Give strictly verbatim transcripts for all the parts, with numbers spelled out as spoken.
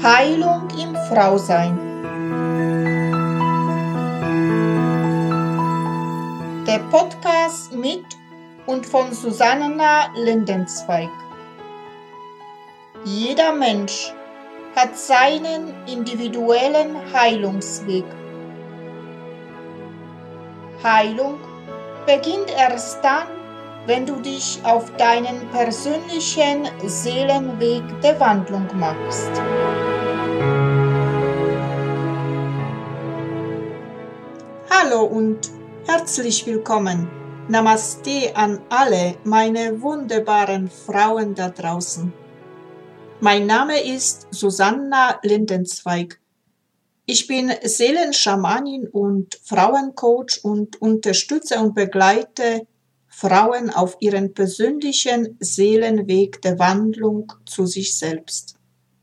Heilung im Frausein. Der Podcast mit und von Susanna Lindenzweig. Jeder Mensch hat seinen individuellen Heilungsweg. Heilung beginnt erst dann, wenn du dich auf deinen persönlichen Seelenweg der Wandlung machst. Hallo und herzlich willkommen. Namaste an alle meine wunderbaren Frauen da draußen. Mein Name ist Susanna Lindenzweig. Ich bin Seelenschamanin und Frauencoach und unterstütze und begleite Frauen auf ihren persönlichen Seelenweg der Wandlung zu sich selbst.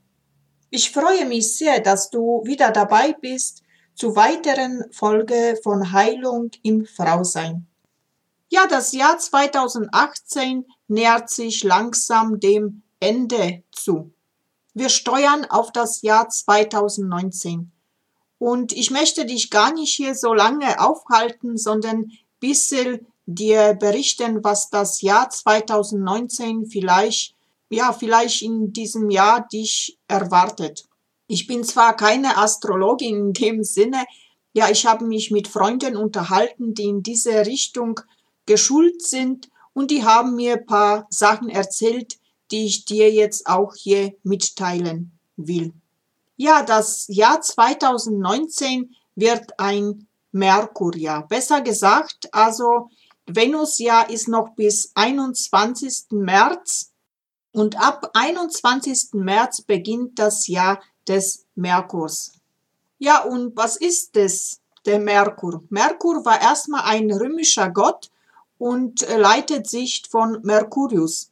Ich freue mich sehr, dass du wieder dabei bist zu weiteren Folge von Heilung im Frausein. Ja, das Jahr zweitausendachtzehn nähert sich langsam dem Ende zu. Wir steuern auf das Jahr zweitausendneunzehn. Und ich möchte dich gar nicht hier so lange aufhalten, sondern ein bisschen dir berichten, was das Jahr zweitausendneunzehn vielleicht, ja, vielleicht in diesem Jahr dich erwartet. Ich bin zwar keine Astrologin in dem Sinne, ja, ich habe mich mit Freunden unterhalten, die in diese Richtung geschult sind und die haben mir ein paar Sachen erzählt, die ich dir jetzt auch hier mitteilen will. Ja, das Jahr zweitausendneunzehn wird ein Merkurjahr. Besser gesagt, also Venusjahr ist noch bis einundzwanzigsten März und ab einundzwanzigsten März beginnt das Jahr des Merkurs. Ja, und was ist das, der Merkur? Merkur war erstmal ein römischer Gott und leitet sich von Mercurius.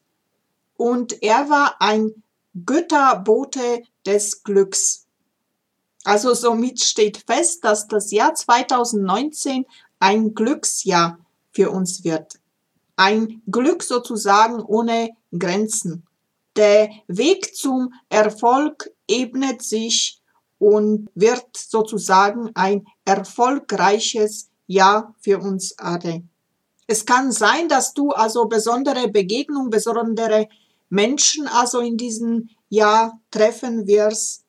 Und er war ein Götterbote des Glücks. Also somit steht fest, dass das Jahr zweitausendneunzehn ein Glücksjahr für uns wird. Ein Glück sozusagen ohne Grenzen. Der Weg zum Erfolg ebnet sich und wird sozusagen ein erfolgreiches Jahr für uns alle. Es kann sein, dass du also besondere Begegnungen, besondere Menschen also in diesem Jahr treffen wirst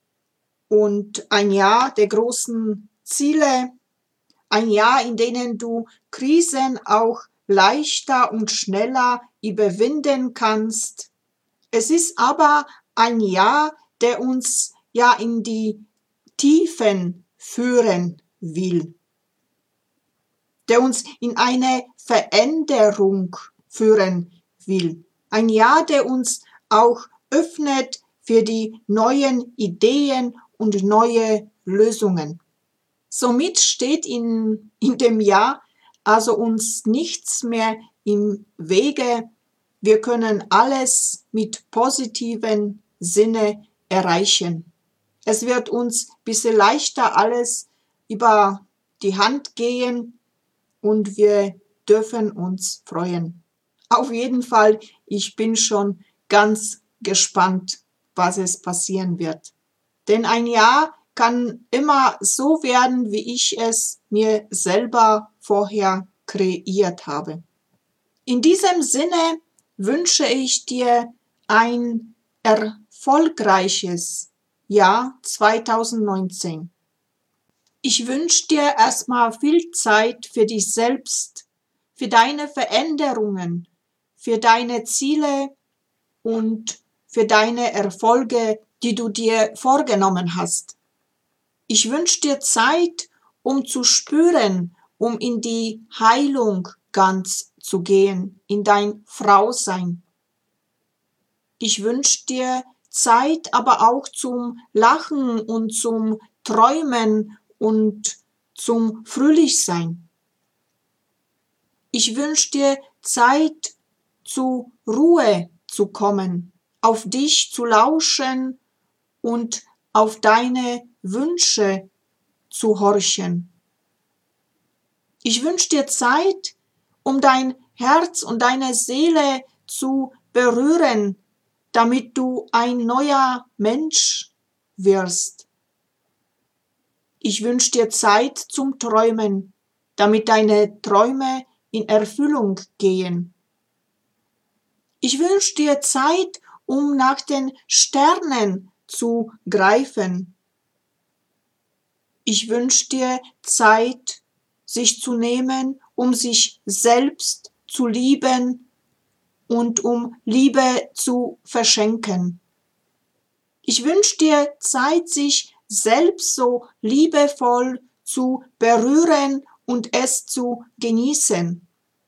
und ein Jahr der großen Ziele, ein Jahr, in dem du Krisen auch leichter und schneller überwinden kannst. Es ist aber ein Jahr, der uns ja in die Tiefen führen will, der uns in eine Veränderung führen will. Ein Jahr, der uns auch öffnet für die neuen Ideen und neue Lösungen. Somit steht in, in dem Jahr also uns nichts mehr im Wege. Wir können alles mit positiven Sinne erreichen. Es wird uns ein bisschen leichter alles über die Hand gehen und wir dürfen uns freuen. Auf jeden Fall, ich bin schon ganz gespannt, was es passieren wird. Denn ein Jahr kann immer so werden, wie ich es mir selber vorher kreiert habe. In diesem Sinne wünsche ich dir ein erfolgreiches Jahr zweitausendneunzehn. Ich wünsche dir erstmal viel Zeit für dich selbst, für deine Veränderungen, für deine Ziele und für deine Erfolge, die du dir vorgenommen hast. Ich wünsche dir Zeit, um zu spüren, um in die Heilung ganz zu gehen, in dein Frausein. Ich wünsche dir Zeit, aber auch zum Lachen und zum Träumen und zum Fröhlichsein. Ich wünsche dir Zeit, zur Ruhe zu kommen, auf dich zu lauschen und auf deine Wünsche zu horchen. Ich wünsche dir Zeit, um dein Herz und deine Seele zu berühren, damit du ein neuer Mensch wirst. Ich wünsche dir Zeit zum Träumen, damit deine Träume in Erfüllung gehen. Ich wünsche dir Zeit, um nach den Sternen zu greifen. Ich wünsche dir Zeit, sich zu nehmen, um sich selbst zu lieben und um Liebe zu verschenken. Ich wünsche dir Zeit, sich selbst so liebevoll zu berühren und es zu genießen.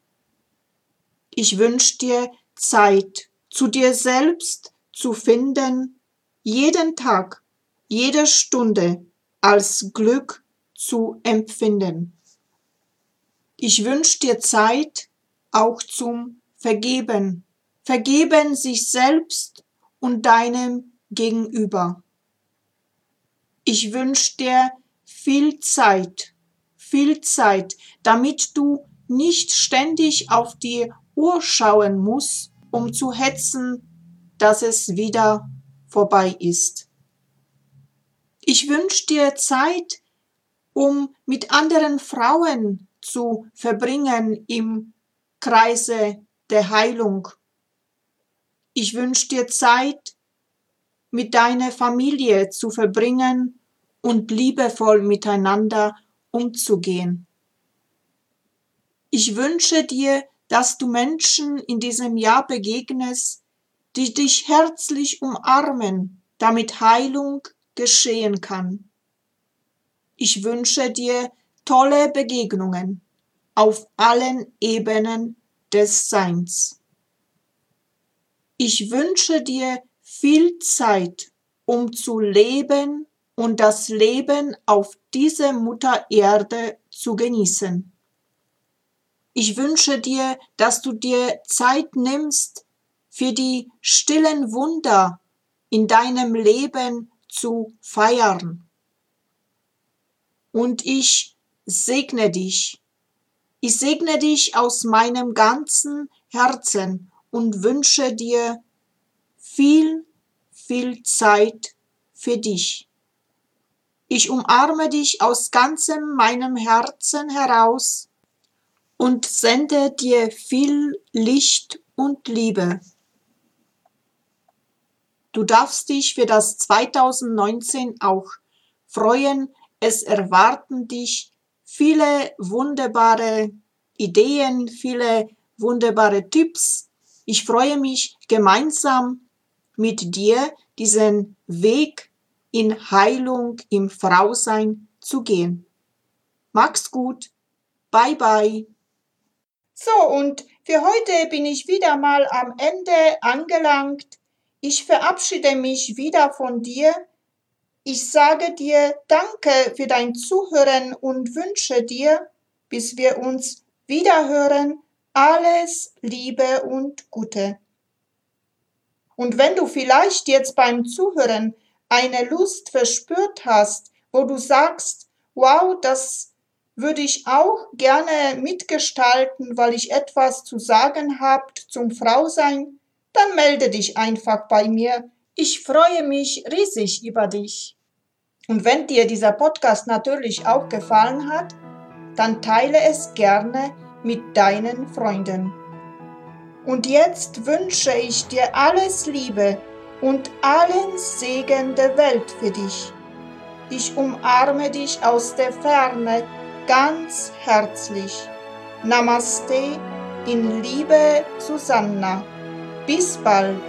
Ich wünsche dir Zeit, zu dir selbst zu finden, jeden Tag, jede Stunde als Glück zu empfinden. Ich wünsche dir Zeit auch zum Vergeben. Vergeben sich selbst und deinem Gegenüber. Ich wünsche dir viel Zeit, viel Zeit, damit du nicht ständig auf die Uhr schauen musst, um zu hetzen, dass es wieder vorbei ist. Ich wünsche dir Zeit, um mit anderen Frauen zu verbringen im Kreise der Heilung. Ich wünsche dir Zeit, mit deiner Familie zu verbringen und liebevoll miteinander umzugehen. Ich wünsche dir, dass du Menschen in diesem Jahr begegnest, die dich herzlich umarmen, damit Heilung geschehen kann. Ich wünsche dir tolle Begegnungen auf allen Ebenen des Seins. Ich wünsche dir viel Zeit, um zu leben und das Leben auf dieser Mutter Erde zu genießen. Ich wünsche dir, dass du dir Zeit nimmst, für die stillen Wunder in deinem Leben zu feiern. Und ich segne dich. Ich segne dich aus meinem ganzen Herzen und wünsche dir viel, viel Zeit für dich. Ich umarme dich aus ganzem meinem Herzen heraus und sende dir viel Licht und Liebe. Du darfst dich für das zweitausendneunzehn auch freuen. Es erwarten dich viele wunderbare Ideen, viele wunderbare Tipps. Ich freue mich, gemeinsam mit dir diesen Weg in Heilung im Frausein zu gehen. Mach's gut. Bye bye. So, und für heute bin ich wieder mal am Ende angelangt. Ich verabschiede mich wieder von dir. Ich sage dir Danke für dein Zuhören und wünsche dir, bis wir uns wiederhören, alles Liebe und Gute. Und wenn du vielleicht jetzt beim Zuhören eine Lust verspürt hast, wo du sagst, wow, das würde ich auch gerne mitgestalten, weil ich etwas zu sagen habe zum Frausein, dann melde dich einfach bei mir. Ich freue mich riesig über dich. Und wenn dir dieser Podcast natürlich auch gefallen hat, dann teile es gerne mit deinen Freunden. Und jetzt wünsche ich dir alles Liebe und allen Segen der Welt für dich. Ich umarme dich aus der Ferne ganz herzlich. Namaste, in Liebe, Susanna. Bis bald.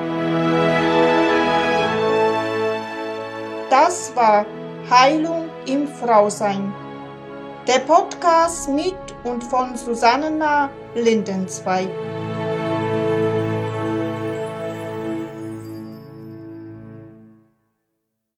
Das war Heilung im Frausein. Der Podcast mit und von Susanna Lindenzweig.